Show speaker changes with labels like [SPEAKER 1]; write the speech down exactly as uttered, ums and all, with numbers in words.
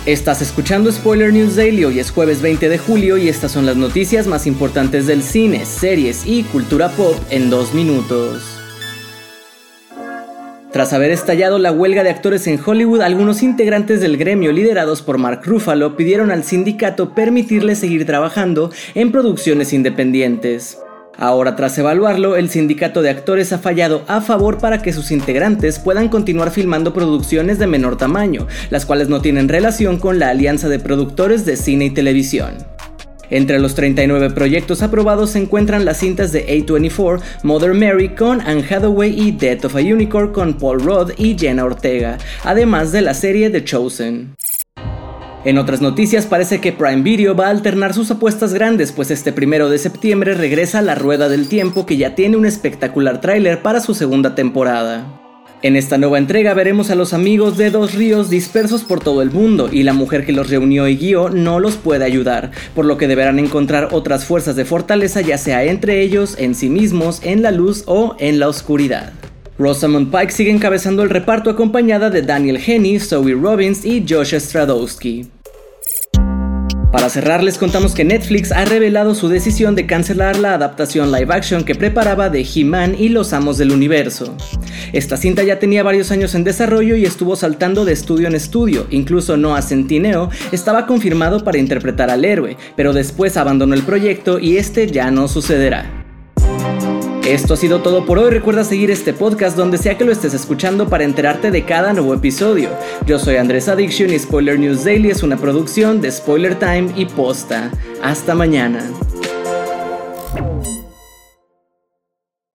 [SPEAKER 1] Estás escuchando Spoiler News Daily, hoy es jueves veinte de julio y estas son las noticias más importantes del cine, series y cultura pop en dos minutos. Tras haber estallado la huelga de actores en Hollywood, algunos integrantes del gremio liderados por Mark Ruffalo pidieron al sindicato permitirles seguir trabajando en producciones independientes. Ahora, tras evaluarlo, el sindicato de actores ha fallado a favor para que sus integrantes puedan continuar filmando producciones de menor tamaño, las cuales no tienen relación con la alianza de productores de cine y televisión. Entre los treinta y nueve proyectos aprobados se encuentran las cintas de A veinticuatro, Mother Mary con Anne Hathaway y Death of a Unicorn con Paul Rudd y Jenna Ortega, además de la serie The Chosen. En otras noticias, parece que Prime Video va a alternar sus apuestas grandes, pues este primero de septiembre regresa La Rueda del Tiempo, que ya tiene un espectacular tráiler para su segunda temporada. En esta nueva entrega veremos a los amigos de Dos Ríos dispersos por todo el mundo, y la mujer que los reunió y guió no los puede ayudar, por lo que deberán encontrar otras fuerzas de fortaleza, ya sea entre ellos, en sí mismos, en la luz o en la oscuridad. Rosamund Pike sigue encabezando el reparto acompañada de Daniel Henney, Zoe Robbins y Josh Stradowski. Para cerrar, les contamos que Netflix ha revelado su decisión de cancelar la adaptación live action que preparaba de He-Man y los Amos del Universo. Esta cinta ya tenía varios años en desarrollo y estuvo saltando de estudio en estudio, incluso Noah Centineo estaba confirmado para interpretar al héroe, pero después abandonó el proyecto y este ya no sucederá. Esto ha sido todo por hoy. Recuerda seguir este podcast donde sea que lo estés escuchando para enterarte de cada nuevo episodio. Yo soy Andrés Addiction y Spoiler News Daily es una producción de Spoiler Time y Posta. Hasta mañana.